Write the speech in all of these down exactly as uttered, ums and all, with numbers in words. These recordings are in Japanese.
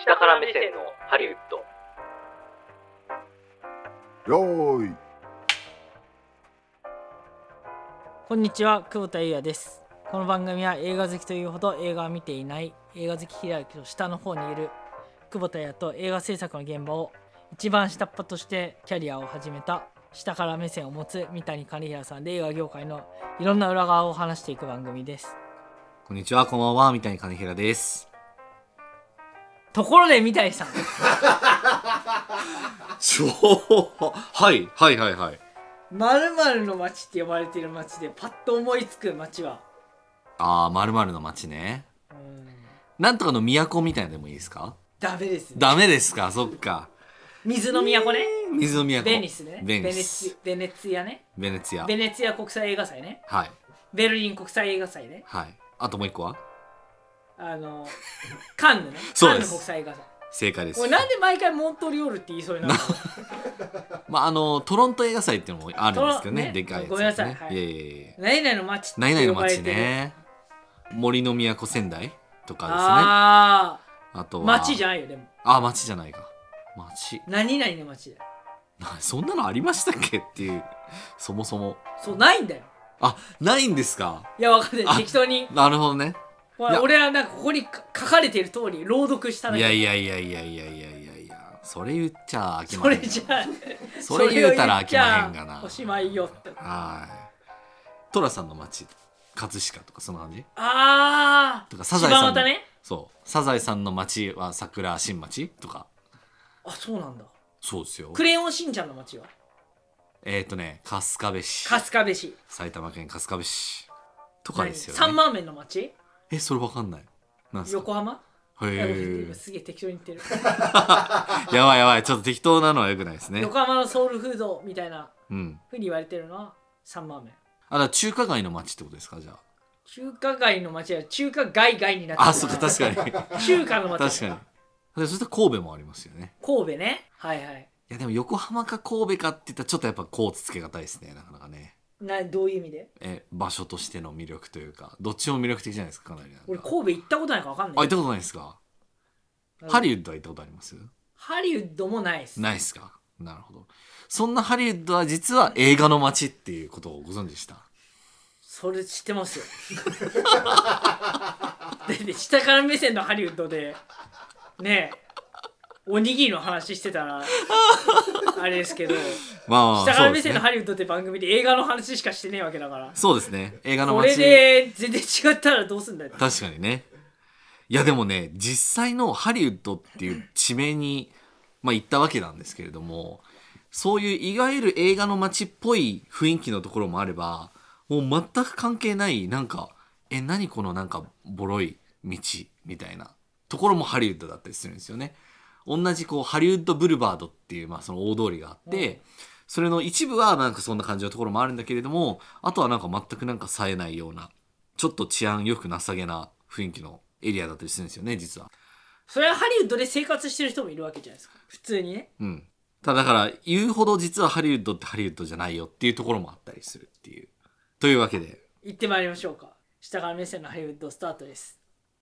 下から目線のハリウッド。 よーい。 こんにちは、久保田裕也です。この番組は映画好きというほど映画を見ていない映画好き開きの下の方にいる久保田裕也と映画制作の現場を一番下っ端としてキャリアを始めた下から目線を持つ三谷兼平さんで映画業界のいろんな裏側を話していく番組です。 こんにちは、こんばんは、三谷兼平です。 ところで三谷さんちょはいはいはいはい 〇〇の街って呼ばれている街でパッと思いつく街はあー、〇〇の街ね。うんなんとかの都みたいなのでもいいですか？ ダメですね。 ダメですか？そっか。 水の都ね。 水の都。 ベニスね。 ベニス。 ベネツィアね。 ベネツィア。 ベネツィア国際映画祭ね。 はい。 ベルリン国際映画祭ね。 はい。あともう一個はあのカンヌね。 そうです。 カンヌ国際映画祭。 正解です。 俺なんで毎回モントリオールって言いそうになるの？ まああのトロント映画祭っていうのもあるんですけどね。ねでかいやつ、ね。 ごめんなさい。はい、 いやいやいや。 何々の街って何々の街ね。森の都仙台とかですね。 ああ。あとは街じゃないよでも。 あ、街じゃないか。街。 何々の街だよ。 そんなのありましたっけっていうそもそも。 そうないんだよ。 あ、ないんですか？ いやわかんない。適当に。 なるほどね。 俺はなんかここに書かれている通り朗読しただけ。 いやいやいやいやいやいやいやいやそれ言っちゃ飽きまへん。 それじゃそれ言うたら飽きまへんがな。 おしまいよって。 はい。寅さんの町葛飾とかそんな感じ？ ああ。 とかサザエさん。 柴又ね。 そうサザエさんの町は桜新町とか。 あ、そうなんだ。 そうですよ。 クレヨンしんちゃんの町はえっ、ー、とね春日部市。 春日部市。 埼玉県春日部市とかですよね。 サンマーメンの町？ え、それわかんない。なんすか？ 横浜？ へえ。 すげえ適当に言ってる。 やばいやばい、ちょっと適当なのは良くないですね。 横浜のソウルフードみたいなふうに言われてるのはサンマーメン。 あ、だから中華街の町ってことですか？じゃあ中華街の町は中華街街になってる。 あ、そうか、確かに中華の町。 確かに。そしたら神戸もありますよね。 神戸ね。はいはい。 いやでも横浜か神戸かって言ったらちょっとやっぱこうつけがたいですね、なかなかね。 な、どういう意味で？ え、場所としての魅力というか、どっちも魅力的じゃないですか、かなり。 俺神戸行ったことないから分かんない。 あ、行ったことないですか？ハリウッドは行ったことあります？ ハリウッドもないです。 ないですか？なるほど。そんなハリウッドは実は映画の街っていうことをご存知でした？ それ知ってますよ。で下から目線のハリウッドでねえおにぎりの話してたらあれですけど、まあまあ、下から目線のハリウッドって番組で映画の話しかしてねえわけだから。 そうですね、映画の街。 これで全然違ったらどうすんだよ。 確かにね。いやでもね、実際のハリウッドっていう地名に、まあ、行ったわけなんですけれども、そういういわゆる映画の街っぽい雰囲気のところもあれば、もう全く関係ないなんかえ何このなんかボロい道みたいなところもハリウッドだったりするんですよね。同じこうハリウッドブルバードっていう、まあ、その大通りがあって、うん、それの一部はなんかそんな感じのところもあるんだけれども、あとはなんか全くなんか冴えないようなちょっと治安よくなさげな雰囲気のエリアだったりするんですよね、実は。 それはハリウッドで生活してる人もいるわけじゃないですか、普通にね。 うん。ただだから言うほど実はハリウッドってハリウッドじゃないよっていうところもあったりするっていう。というわけで行ってまいりましょうか。下から目線のハリウッドスタートです。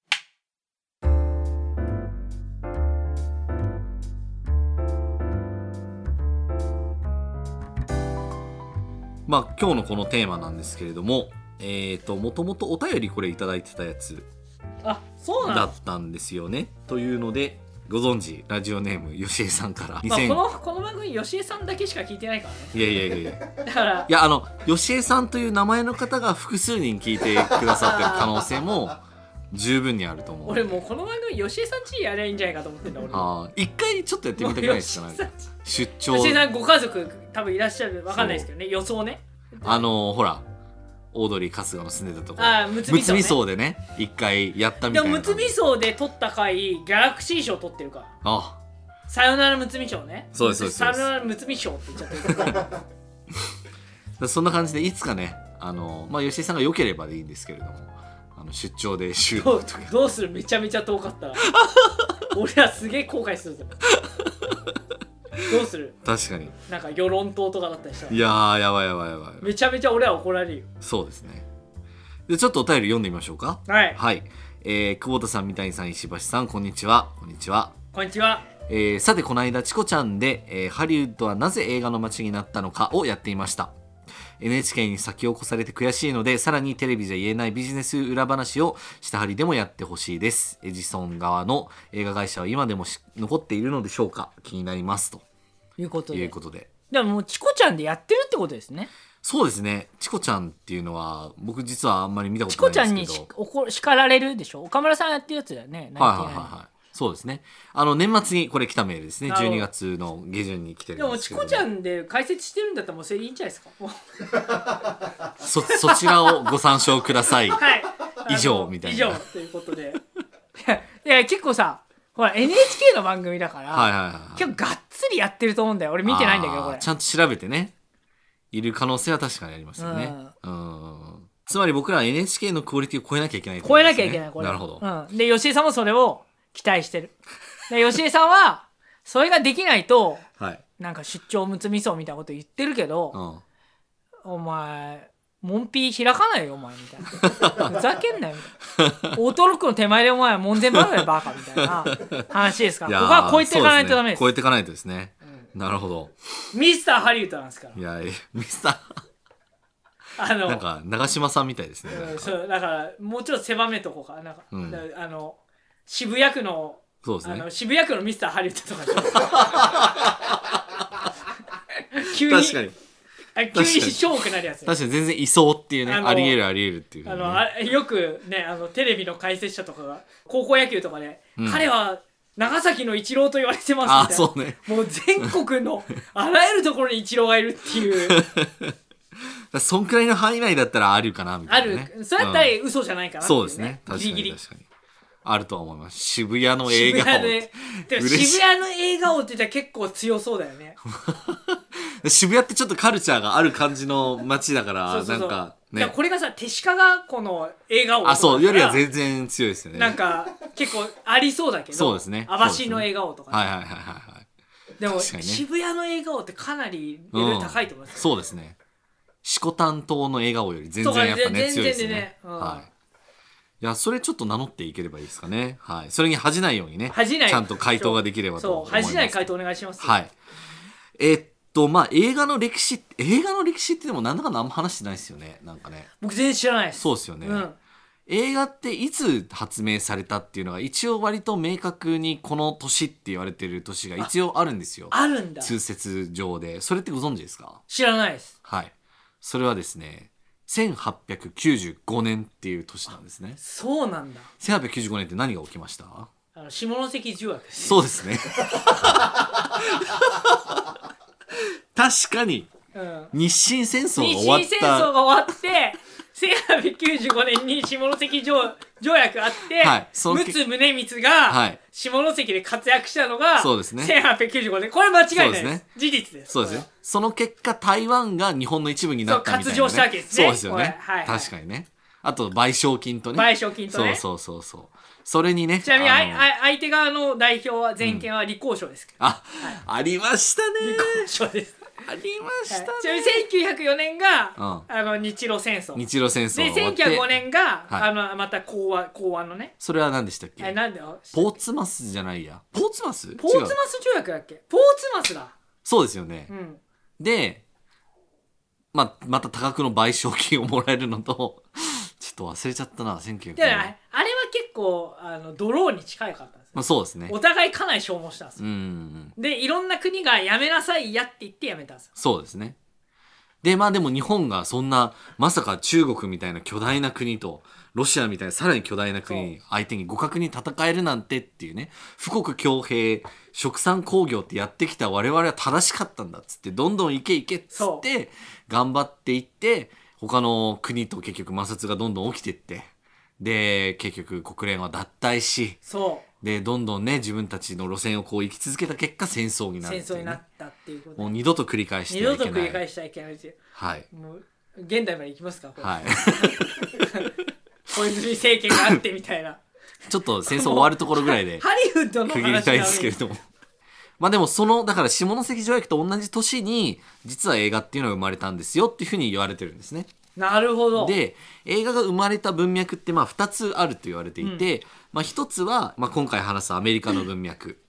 まあ今日のこのテーマなんですけれども、えっともともとお便りこれいただいてたやつあ、そうなんだったんですよね。というのでご存知ラジオネームよしえさんから、 まあ、このこの番組よしえさんだけしか聞いてないからね。 いやいやいやいやだからいやあのよしえさんという名前の方が複数人聞いてくださってる可能性も十分にあると思う。 俺もうこの番組よしえさんちやりゃいいんじゃないかと思ってんだ俺。 ああ、一回ちょっとやってみたくないですかね。出張。 よしえさんご家族多分いらっしゃる、わかんないですけどね、予想ね。 あのー、ほらオードリー春日の住んでたところ、 あむつみ荘ね、 荘でね一回やったみたいな。 でもむつみ荘で撮った回ギャラクシー賞撮ってるから。 ああ、 さよならむつみ賞ね。 そうですそうです。 さよならむつみ賞って言っちゃってるそんな感じでいつかね、あのまあ吉井さんが良ければでいいんですけれども、あの出張で収録とかどうする、めちゃめちゃ遠かったら俺はすげえ後悔するぞどうする。 確かになんか与論島とかだったりしたら、 いやーやばいやばいやばい、 めちゃめちゃ俺は怒られるよ。 そうですね。でちょっとお便り読んでみましょうか。 はい、 はい、えー、久保田さん、三谷さん、石橋さん、こんにちは。こんにちは。 こんにちは。 えーさてこの間チコちゃんで、えーハリウッドはなぜ映画の街になったのかをやっていました。 エヌエイチケー に先を越されて悔しいので、さらにテレビじゃ言えないビジネス裏話を下張りでもやってほしいです。エジソン側の映画会社は今でもし残っているのでしょうか、気になりますということでいうことで。 でももうチコちゃんでやってるってことですね。 そうですね、チコちゃんっていうのは僕実はあんまり見たこチとないんコちゃんにしですけど、 怒叱られるでしょ。岡村さんやってるやつだよね。 はいはいはいはい、そうですね。あの年末にこれ来たメールですね。 なるほどじゅうにがつの下旬に来てるでもんですけど、 チコちゃんで解説してるんだったらもうそれいいんじゃないですか。もうそそちらをご参照ください。 はい。 以上みたいな以上ということで。いや、いや結構さ、ほら エヌエイチケー の番組だから、 はいはいはいはい、 結構がっつりやってると思うんだよ。俺見てないんだけどこれ。 あーちゃんと調べてね、いる可能性は確かにありますよね。うん。つまり僕らは エヌエイチケー のクオリティを超えなきゃいけないってこ超えとですね。 なきゃいけないこれ。 なるほど。 うん。で吉江さんもそれを期待してる。で吉江さんはそれができないとはい。 なんか出張むつみそうみたいなこと言ってるけど、 うん。 お前モンピー開かないよお前みたいな。ふざけんなよみたいな。オートロックの手前でお前門前払いバカみたいな話ですから、ここは超えていかないとダメです。 そうですね、超えていかないとですね。うん、なるほど。 ミスターハリウッドなんですから。 いやミスターあのなんか長嶋さんみたいですね。 うん、そうだからもうちょっと狭めとこうかなんか、 うん、 あの渋谷区のそうですね、 あの渋谷区のミスターハリウッドとか急に確かにあ急にしょうくなるやつ、ね、 確かに全然いそうっていうね、ありえるありえるっていう、ね、 あのあよくねあのテレビの解説者とかが高校野球とかで、うん、彼は長崎のイチローと言われてますみたいな。 あそうね、 もう全国のあらゆるところにイチローがいるっていうそんくらいの範囲内だったらあるかなみたいな、ね、 ある、そうやったら嘘じゃないかなっていう、ね、 そうですね、確かにギリギリ確かにあるとは思います。渋谷の映画王、 でも渋谷の映画王って言ったら結構強そうだよね渋谷ってちょっとカルチャーがある感じの街だからそうそうそう、 なんかね、 これがさ手鹿がこの映画王あそうよりは全然強いですよね。なんか結構ありそうだけど、 そうですね、 網走の映画王とか、ね、 はいはいはいはいはい。 でも、 ね、 渋谷の映画王ってかなりレベル高いと思います、 うん、そうですね。四股担当の映画王より全然やっぱね強いですね。ね、うん、はい。いやそれちょっと名乗っていければいいですかね。はい。それに恥じないようにね。恥じない。ちゃんと回答ができればと思います。 そう、恥じない回答お願いします。 はい。えー、っとまあ映画の歴史映画の歴史ってでもなんだかんだあんま話してないですよね。なんかね。 僕全然知らないです。 そうですよね。 うん、 映画っていつ発明されたっていうのが一応割と明確にこの年って言われてる年が一応あるんですよ。 あるんだ。 通説上で。それってご存知ですか？ 知らないです。 はい。それはですね。せんはっぴゃくきゅうじゅうごねんっていう年なんですね。 そうなんだ。 せんはっぴゃくきゅうじゅうごねんって何が起きました？ あの下関条約です。 そうですね確かに、うん、日清戦争が終わった。 日清戦争が終わってせんはっぴゃくきゅうじゅうごねんに下関 条, 条約あって、はい、陸奥宗光が下関で活躍したのが、そうですね、せんはっぴゃくきゅうじゅうごねん。これ間違いないです。ね、事実です。 そうですね。その結果台湾が日本の一部になったみたいな、ね、 そう、割譲したわけですね。 そうですよね、はいはい、確かにね。あと賠償金とね。 賠償金とね。 そうそうそうそう。それにね。 ちなみに相手側の代表は全権は李光省ですけど、 うん、あ、はい、ありましたね。 李光省です。 ありましたね。 ちなみにせんきゅうひゃくよねんが、うん、あの日露戦争。 日露戦争でせんきゅうひゃくごねんが、はい、あのまた講和講和のね。 それは何でしたっけ？ えなんでポーツマスじゃないや。ポーツマス？ ポーツマス条約だっけ？ポーツマスだ。 そうですよね。うん、で、まあまた多額の賠償金をもらえるのと。ちょっと忘れちゃったな。せんきゅうひゃくごねん。 あれは結構あのドローに近かったんですよ。 まあ、そうですね。 お互いかなり消耗したんですよ。 うん、 でいろんな国がやめなさいやって言ってやめたんですよ。 そうですね。でまあでも日本がそんなまさか中国みたいな巨大な国とロシアみたいなさらに巨大な国相手に互角に戦えるなんてっていうね、富国強兵殖産興業ってやってきた我々は正しかったんだっつってどんどんいけいけっつって頑張っていって他の国と結局摩擦がどんどん起きていってで結局国連は脱退しそうでどんどんね自分たちの路線をこう生き続けた結果戦争になるっていう、ね、 戦争になったっていうこともう二度と繰り返してはいけない二度と繰り返してはいけないっていう、 はい、 もう現代までいきますかこれ、 はい、 小泉政権があってみたいなちょっと戦争終わるところぐらいでハリウッドの話区切りたいですけれどもまあでもそのだから下関条約と同じ年に実は映画っていうのが生まれたんですよっていうふうに言われてるんですね。 なるほど。 で映画が生まれた文脈ってまあふたつあると言われていて、うんまあ、ひとつは、まあ、今回話すアメリカの文脈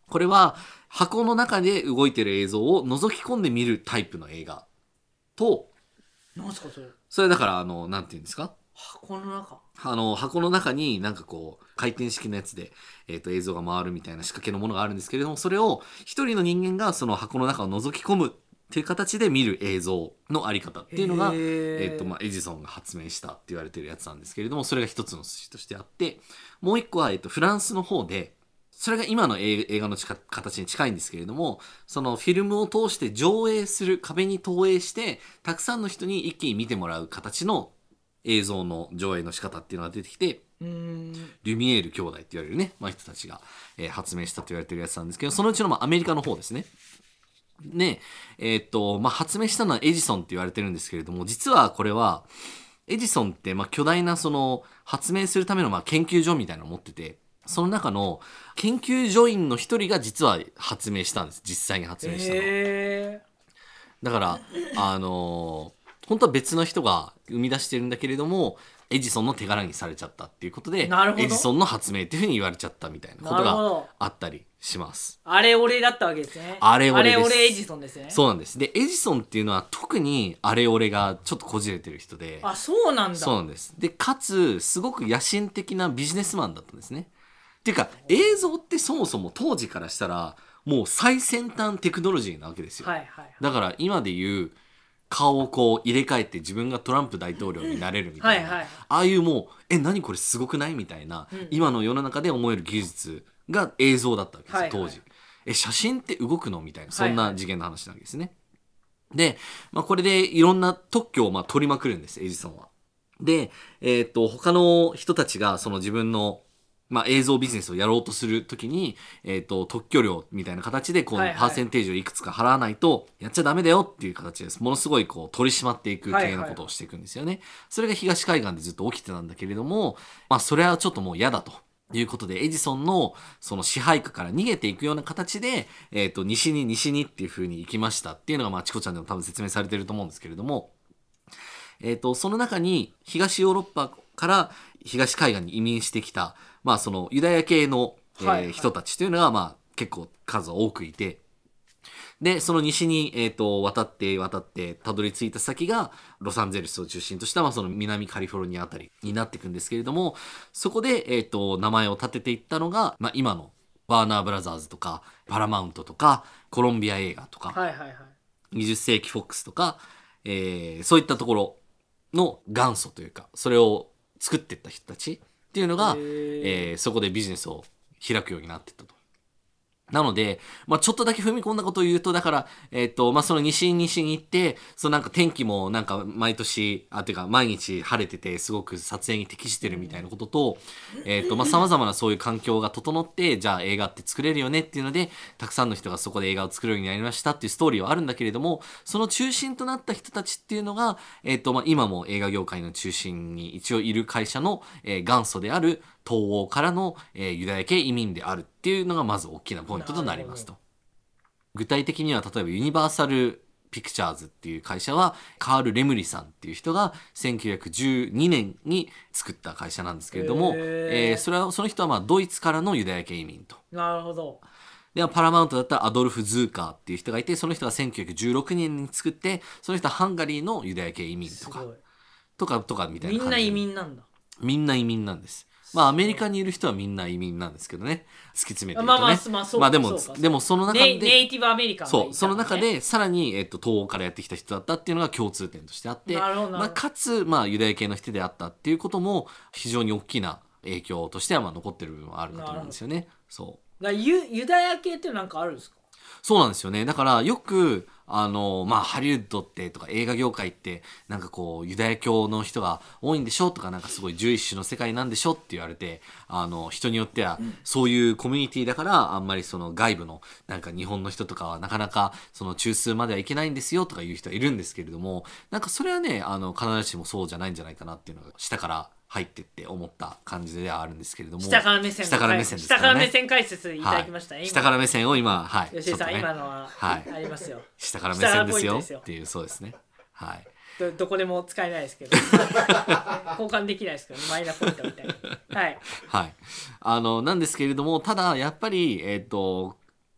これは箱の中で動いてる映像を覗き込んで見るタイプの映画と、 なんすかそれ。 それだからあのなんていうんですか、 箱の中。 あの箱の中になんかこう回転式のやつで、えー、と映像が回るみたいな仕掛けのものがあるんですけれども、それを一人の人間がその箱の中を覗き込むっていう形で見る映像のあり方っていうのが、えーとまあ、エジソンが発明したって言われてるやつなんですけれども、それが一つの筋としてあって、もう一個は、えー、とフランスの方で、それが今の映画の形に近いんですけれども、そのフィルムを通して上映する、壁に投影してたくさんの人に一気に見てもらう形の映像の上映の仕方っていうのが出てきて、 うーんリュミエール兄弟って言われるね、まあ、人たちが、えー発明したと言われてるやつなんですけど、そのうちのまあアメリカの方ですね。で、えーっとまあ、発明したのはエジソンって言われてるんですけれども、実はこれはエジソンってまあ巨大なその発明するためのまあ研究所みたいなのを持ってて、その中の研究所員の一人が実は発明したんです。実際に発明したのは。 へだからあのー本当は別の人が生み出してるんだけれども、エジソンの手柄にされちゃったっていうことで、 なるほどエジソンの発明っていうふうに言われちゃったみたいなことがなるほど。 あったりします。 あれ俺だったわけですね。 あれ俺ですあれ俺エジソンですね。 そうなんです。でエジソンっていうのは特にあれ俺がちょっとこじれてる人で、 あ、そうなんだ。 そうなんです。でかつすごく野心的なビジネスマンだったんですね。っていうか映像ってそもそも当時からしたらもう最先端テクノロジーなわけですよ。 はいはい。 だから今で言う顔をこう入れ替えて自分がトランプ大統領になれるみたいな、 はいはいああいうもうえ何これすごくないみたいな、 うん今の世の中で思える技術が映像だったわけですよ、 はいはい当時。え写真って動くのみたいな、そんはいはない次元の話なわけですね。で、まあ、これでいろんな特許をまあ取りまくるんですエジソンは。で、えー、と他の人たちがその自分のまあ、映像ビジネスをやろうとするときに、えー、と特許料みたいな形でこう、 はいはいパーセンテージをいくつか払わないとやっちゃダメだよっていう形です。ものすごいこう取り締まっていく系のことをしていくんですよね。それが東海岸でずっと起きてたんだけれども、まあ、それはちょっともう嫌だということで、エジソンのその支配下から逃げていくような形で、えー、と西に西にっていう風に行きましたっていうのが、まあ、チコちゃんでも多分説明されてると思うんですけれども、えー、とその中に東ヨーロッパから東海岸に移民してきた、まあ、そのユダヤ系の、えーはいはい人たちというのが、まあ、結構数多くいて、でその西に、えー、と渡って渡ってたどり着いた先がロサンゼルスを中心とした、まあ、その南カリフォルニアあたりになっていくんですけれども、そこで、えー、と名前を立てていったのが、まあ、今のワーナーブラザーズとかパラマウントとかコロンビア映画とか、 はいはいはい。 にじゅっ世紀フォックスとか、えーそういったところの元祖というか、それを作っていった人たちっていうのが、 へーえーそこでビジネスを開くようになっていったと。なので、まあ、ちょっとだけ踏み込んだことを言うと、だから、えっと、まあ、その西に西に行って、そのなんか天気もなんか毎年、あ、てか毎日晴れてて、すごく撮影に適してるみたいなことと、えっと、まあ、様々なそういう環境が整って、じゃあ映画って作れるよねっていうので、たくさんの人がそこで映画を作るようになりましたっていうストーリーはあるんだけれども、その中心となった人たちっていうのが、えっと、まあ、今も映画業界の中心に一応いる会社の、えー元祖である東欧からの、えーユダヤ系移民であるっていうのがまず大きなポイントとなりますと。具体的には例えばユニバーサルピクチャーズっていう会社はカール・レムリさんっていう人がせんきゅうひゃくじゅうにねんに作った会社なんですけれども、 へーえーそれはその人はまあドイツからのユダヤ系移民と。 なるほど。 でパラマウントだったらアドルフ・ズーカーっていう人がいて、その人がせんきゅうひゃくじゅうろくねんに作って、その人はハンガリーのユダヤ系移民とかすごい。 とかとかみたいな感じでみんな移民なんだ。 みんな移民なんです。まあアメリカにいる人はみんな移民なんですけどね、突き詰めてるとね。 まあまあまあそうかまあでもそうかでもその中ネイネでイティブアメリカンがいたそのねうその中でさらに、えっと、東欧からやってきた人だったっていうのが共通点としてあって、 なるほどなるほどまあ、かつ、まあ、ユダヤ系の人であったっていうことも非常に大きな影響としてはまあ残ってる部分はあるかと思うんですよね。そうだからユユダヤ系ってなんかあるんですか？ そうなんですよね。だからよくあのまあハリウッドってとか映画業界ってなんかこうユダヤ教の人が多いんでしょとか、なんかすごいジュイッシュの世界なんでしょって言われて、あの人によってはそういうコミュニティだからあんまりその外部のなんか日本の人とかはなかなかその中枢まではいけないんですよとかいう人はいるんですけれども、なんかそれはねあの必ずしもそうじゃないんじゃないかなっていうのが下から入ってって思った感じではあるんですけれども、 下から目線の下から目線ですからね。 下から目線解説いただきましたね、 はい、 今下から目線を今はい吉井さん、 ちょっとね今のははいありますよ。 下から目線ですよ下からポイントですよっていう、そうですね。はい。 ど, どこでも使えないですけど交換できないですけど、ね、マイナポイントみたいな。はい。 はい。あのなんですけれども、ただやっぱりえっ、と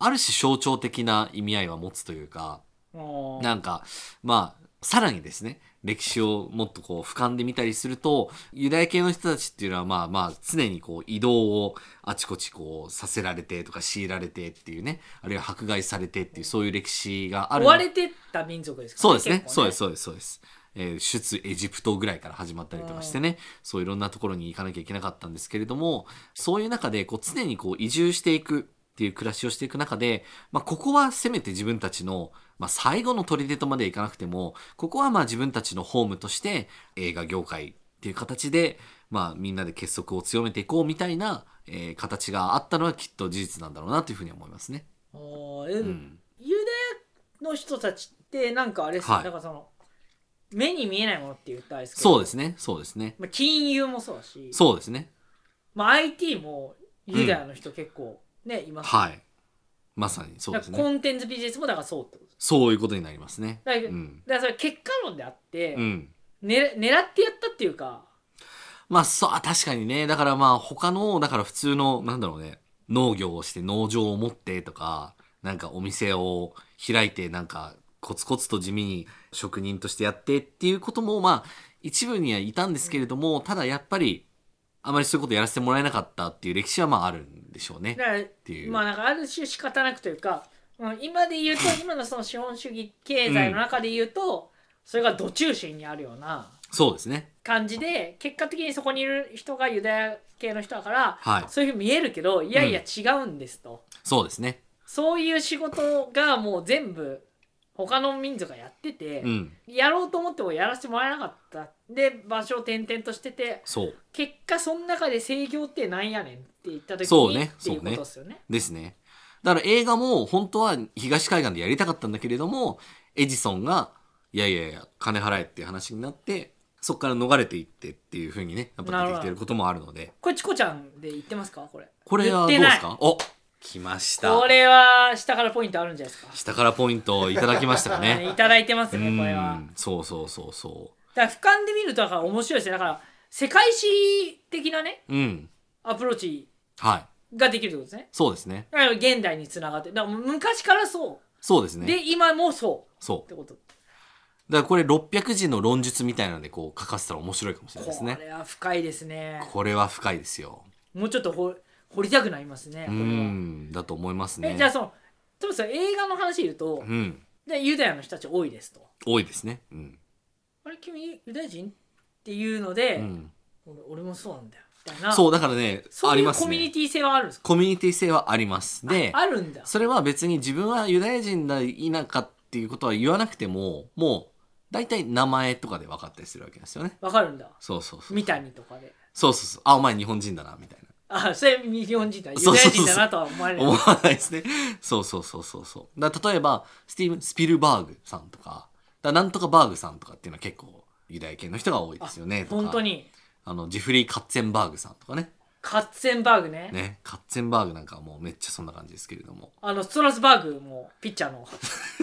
ある種象徴的な意味合いは持つというか、 おーなんかまあさらにですね歴史をもっとこう俯瞰で見たりすると、ユダヤ系の人たちっていうのはまあまあ常にこう移動をあちこちこうさせられてとか強いられてっていうね、あるいは迫害されてっていうそういう歴史がある。 追われてた民族ですかそうですね、 結構そうですそうですそうです。えー出エジプトぐらいから始まったりとかしてね、そういろんなところに行かなきゃいけなかったんですけれども、そういう中でこう常にこう移住していくっていう暮らしをしていく中で、まあ、ここはせめて自分たちの、まあ、最後の砦とまでいかなくても、ここはまあ自分たちのホームとして映画業界っていう形で、まあ、みんなで結束を強めていこうみたいな、えー形があったのはきっと事実なんだろうなというふうに思いますね。 おーえうんユダヤの人たちってなんかあれですよ、 はいだからその目に見えないものって言ったらあれですけど、 そうですねそうですねまあ、金融もそうだし、 そうですねまあ、アイティー もユダヤの人結構ね、いますよはいまさにそうですだからコね。 ンテンツビジネスもだからそうってことですそういうことになりますね。 だから,、 うんだからそれ結果論であって、 うんね、狙ってやったっていうかまあそう確かにね。だからまあ他のだから普通のなんだろうね、農業をして農場を持ってとか、なんかお店を開いてなんかコツコツと地味に職人としてやってっていうこともまあ一部にはいたんですけれども、ただやっぱりあまりそういうことやらせてもらえなかったっていう歴史はまああるんでしょうねだからっていう。 まあなんかある種仕方なくというか、うん今で言うと今のその資本主義経済の中で言うと、それがど中心にあるようなそうですね。 感じで、結果的にそこにいる人がユダヤ系の人だから、 はいそういうふうに見えるけど、いやいや違うんですと、 そうですね。 そういう仕事がもう全部他の民族がやってて、 うんやろうと思ってもやらせてもらえなかったで場所を転々としてて、 そう結果その中で制御ってなんやねんって言った時そうねにっていうことですよね。 ですね。だから映画も本当は東海岸でやりたかったんだけれども、エジソンがいやいやいや金払えっていう話になって、そこから逃れていってっていう風にねやっぱ出てきてることもあるので。 これチコちゃんで言ってますかこれ。 これはどうですか。お来ました。 これは下からポイントあるんじゃないですか。 下からポイントをいただきましたかね。 いただいてますうねこれは。 んそうそうそうそだから俯瞰で見るとだから面白いですね。だから世界史的なねう。うんアプローチはいができるってことですね。 そうですね。 だから現代につながってだから昔からそそうですね。 うで今もそうそうってこと。 だからこれろっぴゃくじの論述みたいなのでこう書かせたら面白いかもしれないですこね。 れは深いですね。 これは深いですよ。 もうちょっと掘掘りたくなりますねうこれは。 んだと思いますね。 えじゃあその多分その映画の話で言うと、 うんでユダヤの人たち多いですと。 多いですね。うんあれ君ユダヤ人っていうので、 うん俺俺もそうなんだよみたいな。 そうだからねそういうありますね。 コミュニティ性はあるんですか。 コミュニティ性はあります。でああるんだ。 それは別に自分はユダヤ人だ否かっていうことは言わなくてももう大体名前とかで分かったりするわけですよね。 わかるんだ。 そうそうそう三谷とかで。 そうそうそうあお前日本人だなみたいなあ、それ日本人だ。ユダそうそうそうヤ人だなとは思われない。 思わないですね。そうそうそうそうそうだ例えばスティーブン・スピルバーグさんとかだなんとかバーグさんとかっていうのは結構ユダヤ系の人が多いですよねとか本当に。 あのジフリー・カッツェンバーグさんとかねカッツェンバーグね。 ねカッツェンバーグなんかはもうめっちゃそんな感じですけれどもあのストラスバーグもピッチャーの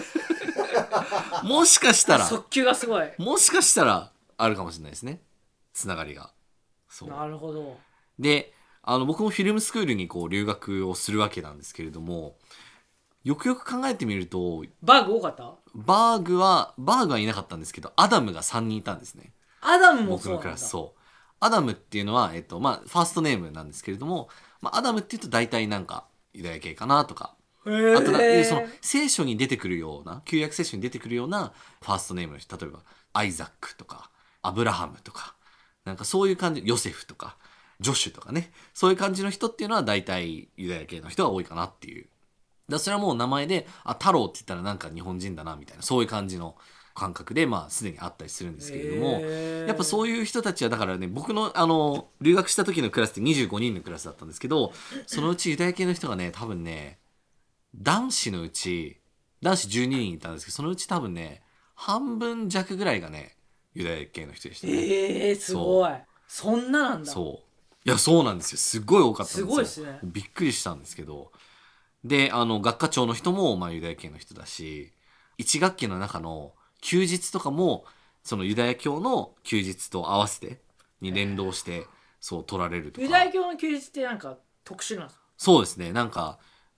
もしかしたら速球がすごい。 もしかしたらあるかもしれないですねつながりがそうなるほど。 であの僕もフィルムスクールにこう留学をするわけなんですけれどもよくよく考えてみるとバーグ多かった？ バーグはバーグはいなかったんですけどアダムがさんにんいたんですねアダムも僕のそうなんだ。 クラスそうアダムっていうのは、えっとまあ、ファーストネームなんですけれども、まあ、アダムっていうと大体なんかユダヤ系かなとかへーあとなでその聖書に出てくるような旧約聖書に出てくるようなファーストネームの人例えばアイザックとかアブラハムとかなんかそういう感じヨセフとかジョシュとかねそういう感じの人っていうのは大体ユダヤ系の人が多いかなっていうだからそれはもう名前であ太郎って言ったらなんか日本人だなみたいなそういう感じの感覚でまあすでにあったりするんですけれどもやっぱそういう人たちはだからね僕のあの留学した時のクラスってにじゅうごにんのクラスだったんですけどそのうちユダヤ系の人がね多分ね男子のうち男子じゅうににんいたんですけどそのうち多分ね半分弱ぐらいがねユダヤ系の人でしたね。 えー、すごい。そんななんだ。 そういやそうなんですよすごい多かったんですよ。 すごいですね。 びっくりしたんですけどであの学科長の人もまあユダヤ系の人だしいち学期の中の休日とかもそのユダヤ教の休日と合わせてに連動してそう取られるとかユダヤ教の休日ってなんか特殊なんですか？ そうですねなんか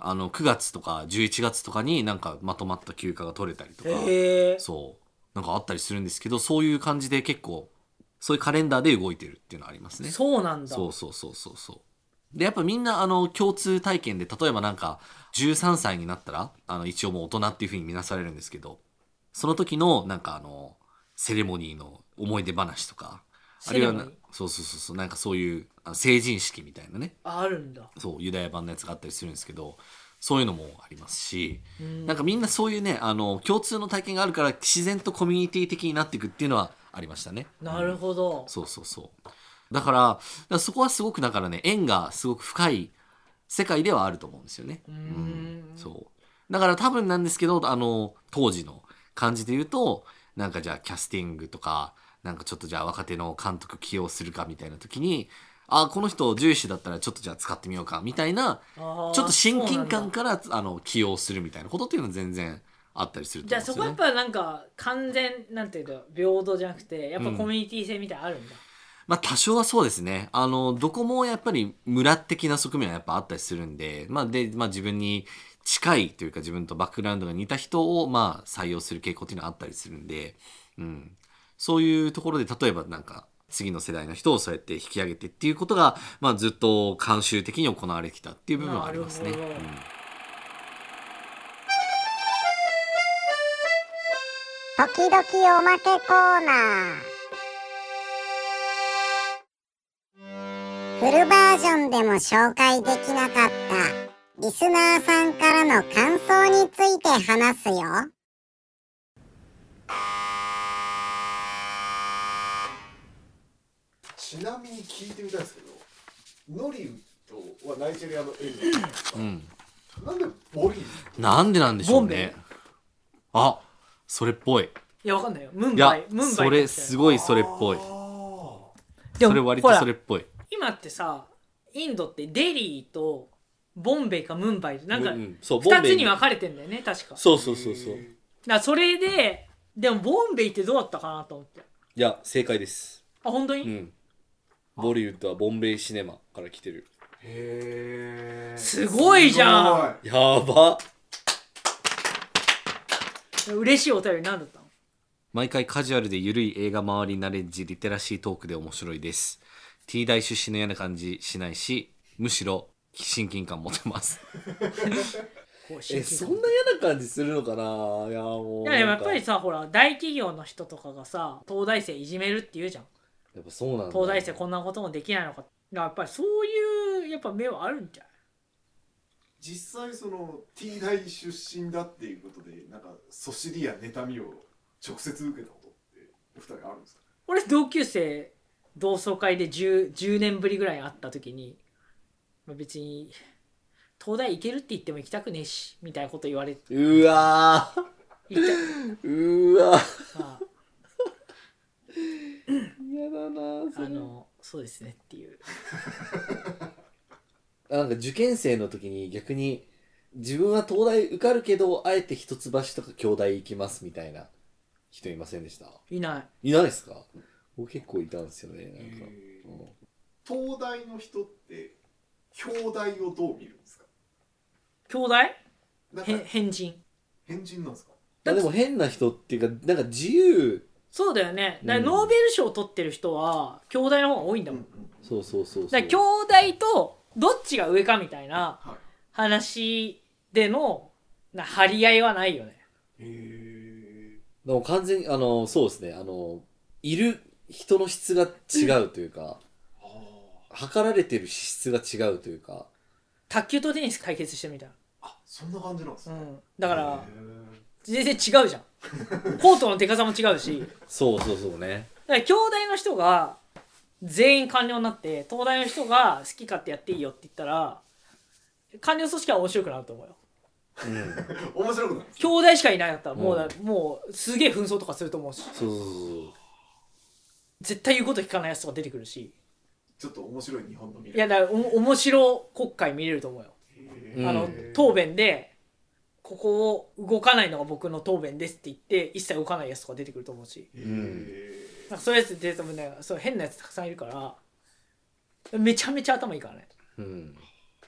あのくがつとかじゅういちがつとかになんかまとまった休暇が取れたりとか、 へえ。 そうなんかあったりするんですけど、そういう感じで結構そういうカレンダーで動いてるっていうのはありますね。 そうなんだ。 そうそうそうそうそうでやっぱみんなあの共通体験で、例えばなんかじゅうさんさいになったらあの一応もう大人っていう風に見なされるんですけど、その時のなんかあのセレモニーの思い出話とか、あるいはなセレモニーそうそうそうそうなんかそういうあの成人式みたいなね、 あるんだ。 そうユダヤ版のやつがあったりするんですけど、そういうのもありますし、 うんなんかみんなそういうねあの共通の体験があるから自然とコミュニティ的になっていくっていうのはありましたね。 なるほど。 そうそうそうだから、だからそこはすごくだからね縁がすごく深い世界ではあると思うんですよね。 うーんそうだから多分なんですけど、あの当時の感じで言うとなんかじゃあキャスティングとかなんかちょっとじゃあ若手の監督起用するかみたいな時に、あこの人獣医師だったらちょっとじゃあ使ってみようかみたいな、 あーちょっと親近感そうなんだ。 からあの起用するみたいなことっていうのは全然あったりするとじゃあ思うんですよね。 そこはやっぱなんか完全なんていうの平等じゃなくてやっぱコミュニティ性みたいなのあるんだ。 まあ多少はそうですね。あのどこもやっぱり村的な側面はやっぱあったりするんで、まあでまあ自分に近いというか自分とバックグラウンドが似た人をまあ採用する傾向っていうのはあったりするんで、うん、そういうところで例えばなんか次の世代の人をそうやって引き上げてっていうことがまあずっと慣習的に行われてきたっていう部分はありますね。 なるほどうん時々おまけコーナー。フルバージョンでも紹介できなかったリスナーさんからの感想について話すよ。 ちなみに聞いてみたいんですけど、ノリウッドはナイジェリアの映画じゃないですか。 うん、 なんでボリーズなんでなんでしょうボンベね。あそれっぽい。 いやわかんないよ。ムンいやバイムンバイそれすごいそれっぽい。 でもそれ割とそれっぽい。 今ってさインドってデリーとボンベイかムンバイとなんかうんそうふたつボンベイに分かれてんだよね確か。だかそうそうそうそう。 らそれででもボンベイってどうだったかなと思って。 いや正解です。 あ本当に、 うん。ボリウッドはボンベイシネマから来てる。 へーすごいじゃんすやば。 嬉しいお便り何だったの？ 毎回カジュアルでゆるい映画周りナレッジリテラシートークで面白いです。T 大出身の嫌な感じしないし、むしろ親近感持てます。 こう親近感嫌な感じするのかな。いやもいやでもやっぱりさほら大企業の人とかがさ東大生いじめるって言うじゃん。 やっぱそうなんだ。 東大生こんなこともできないのか。だからやっぱりそういうやっぱ目はあるんじゃない？ 実際その T 大出身だっていうことでなんかそしりや妬みを直接受けたことってお二人あるんですか？ 俺同級生同窓会で 10, 10年ぶりぐらい会った時に、まあ、別に東大行けるって言っても行きたくねえしみたいなこと言われてうわ行ったーうわま嫌だなああのそうですねっていうなんか受験生の時に逆に自分は東大受かるけどあえて一橋とか京大行きますみたいな人いませんでした？ いないいないですか？僕結構いたんですよね。なんか、 へー東大の人って京大をどう見るんですか？ 兄弟なんかへ変人変人なんですか？ まあでも変な人っていうかなんか自由そうだよね。だからうんノーベル賞を取ってる人は兄弟の方が多いんだもん、 そうそうそうそうだから兄弟とどっちが上かみたいなはい。 話でのな張り合いはないよね。 へえ。 でも完全にあのそうですねあのいる人の質が違うというか、 あ測られてる資質が違うというか卓球とテニス解決してるみたいあ、そんな感じなんですな、 ね。 うん、だからへ全然違うじゃんコートの手数も違うしそうそうそうねだから兄弟の人が全員官僚になって東大の人が好き勝手やっていいよって言ったら官僚組織は面白くなると思うよ。 うんー面白くないです兄弟しかいないんだったらもうだ、 うもうすげえ紛争とかすると思うしそうそうそう絶対言うこと聞かないやつとか出てくるしちょっと面白い日本の未来。 いやだからお面白国会見れると思うよ。 へうんあの答弁でここを動かないのが僕の答弁ですって言って一切動かないやつとか出てくると思うしーんへなんかそういうやつ出ててもねそう変なやつたくさんいるからめちゃめちゃ頭いいからね。 ーうん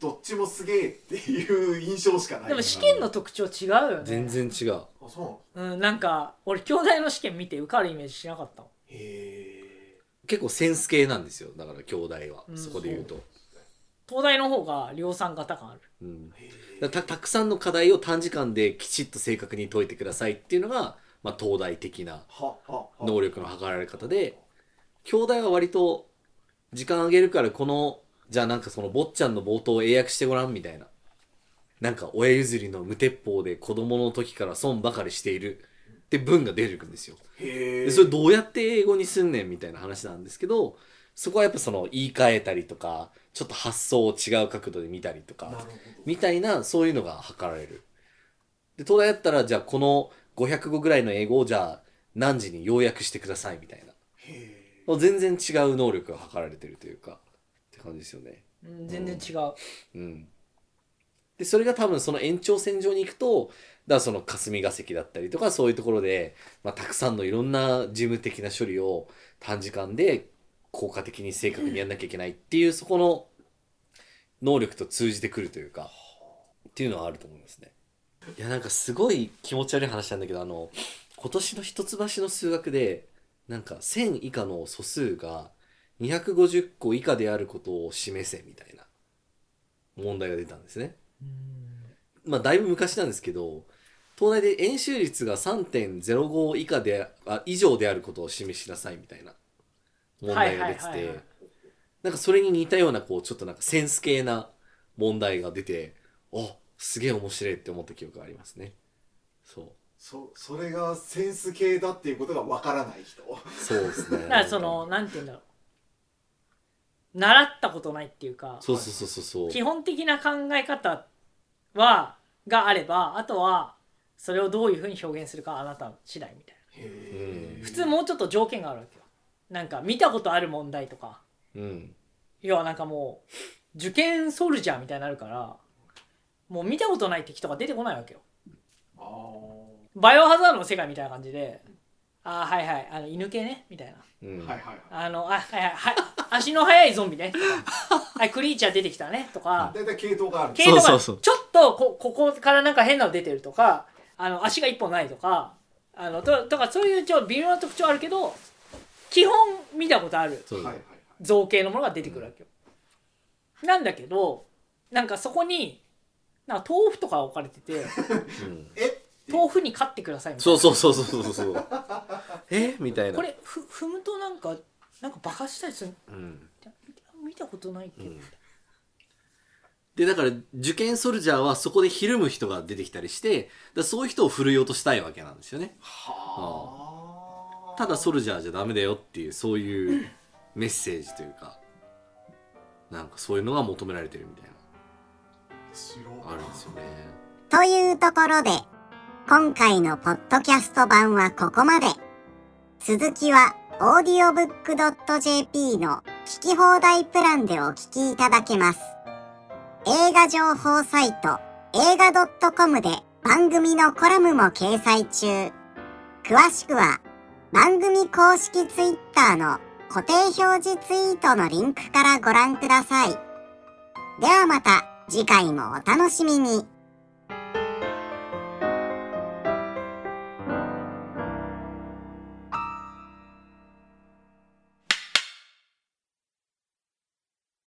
どっちもすげえっていう印象しかない。 でも試験の特徴違うよね。 全然違う。 あ、そうん、なんか俺兄弟の試験見て受かるイメージしなかったもん。 う。へえ。 結構センス系なんですよ、だから兄弟は、 うんそこで言うと東大の方が量産型感ある。 う、ん、だからたたくさんの課題を短時間できちっと正確に解いてくださいっていうのが、まあ、東大的なははは。 能力の測られ方で、兄弟は割と時間あげるからこのじゃあなんかその坊ちゃんの冒頭を英訳してごらんみたいな、なんか親譲りの無鉄砲で子供の時から損ばかりしているって文が出てくるんですよ。 へえ。 でそれどうやって英語にすんねんみたいな話なんですけど、そこはやっぱその言い換えたりとかちょっと発想を違う角度で見たりとかなるほど。 みたいな、そういうのが測られる。で東大だったらじゃあこのごひゃくごぐらいの英語をじゃあ何時に要約してくださいみたいな、 へ全然違う能力が測られてるというかって感じですよね。 うん、全然違う。 うん。でそれが多分その延長線上に行くと、だからその霞が関だったりとかそういうところで、まあ、たくさんのいろんな事務的な処理を短時間で効果的に正確にやんなきゃいけないっていう、そこの能力と通じてくるというかっていうのはあると思いますね。いやなんかすごい気持ち悪い話なんだけど、あの今年の一橋の数学でなんかせん以下の素数がにひゃくごじゅっこ以下であることを示せみたいな問題が出たんですね。まあだいぶ昔なんですけど、東大で円周率が さんてんゼロご 以下であ以上であることを示しなさいみたいな問題が出てはいはいはいはいて、なんかそれに似たようなこうちょっとなんかセンス系な問題が出て、あ、すげえ面白いって思った記憶がありますね。そうそそれがセンス系だっていうことがわからない人。 そうですね。 だからそのなんて言うんだろう、習ったことないっていうか、 そうそうそうそうそう。 基本的な考え方はがあれば、あとはそれをどういうふうに表現するかはあなた次第みたいへうんな。普通もうちょっと条件があるわけよ。なんか見たことある問題とか、 うん要はなんかもう受験ソルジャーみたいになるから、もう見たことない敵とか出てこないわけよ。 ああ。 バイオハザードの世界みたいな感じで、ああはいはいあの犬系ねみたいな、 うんはいはいはい。 あのあはいはいはい足の速いゾンビねとかはいクリーチャー出てきたねとか、 だいたい系統がある。 系統がそうそうそうちょっと こ, ここからなんか変なの出てるとか、あの足が一本ないとか、あのととかそういうちょっと微妙な特徴あるけど、基本見たことあるそうはいはいはい。 造形のものが出てくるわけよ、うん、なんだけどなんかそこになんか豆腐とか置かれててうんえ豆腐に勝ってくださいみたいな。 そうそうそうそうそうそうえみたいな。 これふ踏むとなんかなんか爆発したりする、 うん見たことないって、 うんでだから受験ソルジャーはそこでひるむ人が出てきたりして、だからそういう人を振るい落としたいわけなんですよね。 はあ。 ただソルジャーじゃダメだよっていう、そういうメッセージというか、なんかそういうのが求められてるみたいなあるんですよね。 というところで今回のポッドキャスト版はここまで。続きは オーディオブックドットジェーピー の聞き放題プランでお聞きいただけます。映画情報サイト映画 .com で番組のコラムも掲載中。詳しくは番組公式ツイッターの固定表示ツイートのリンクからご覧ください。ではまた次回もお楽しみに。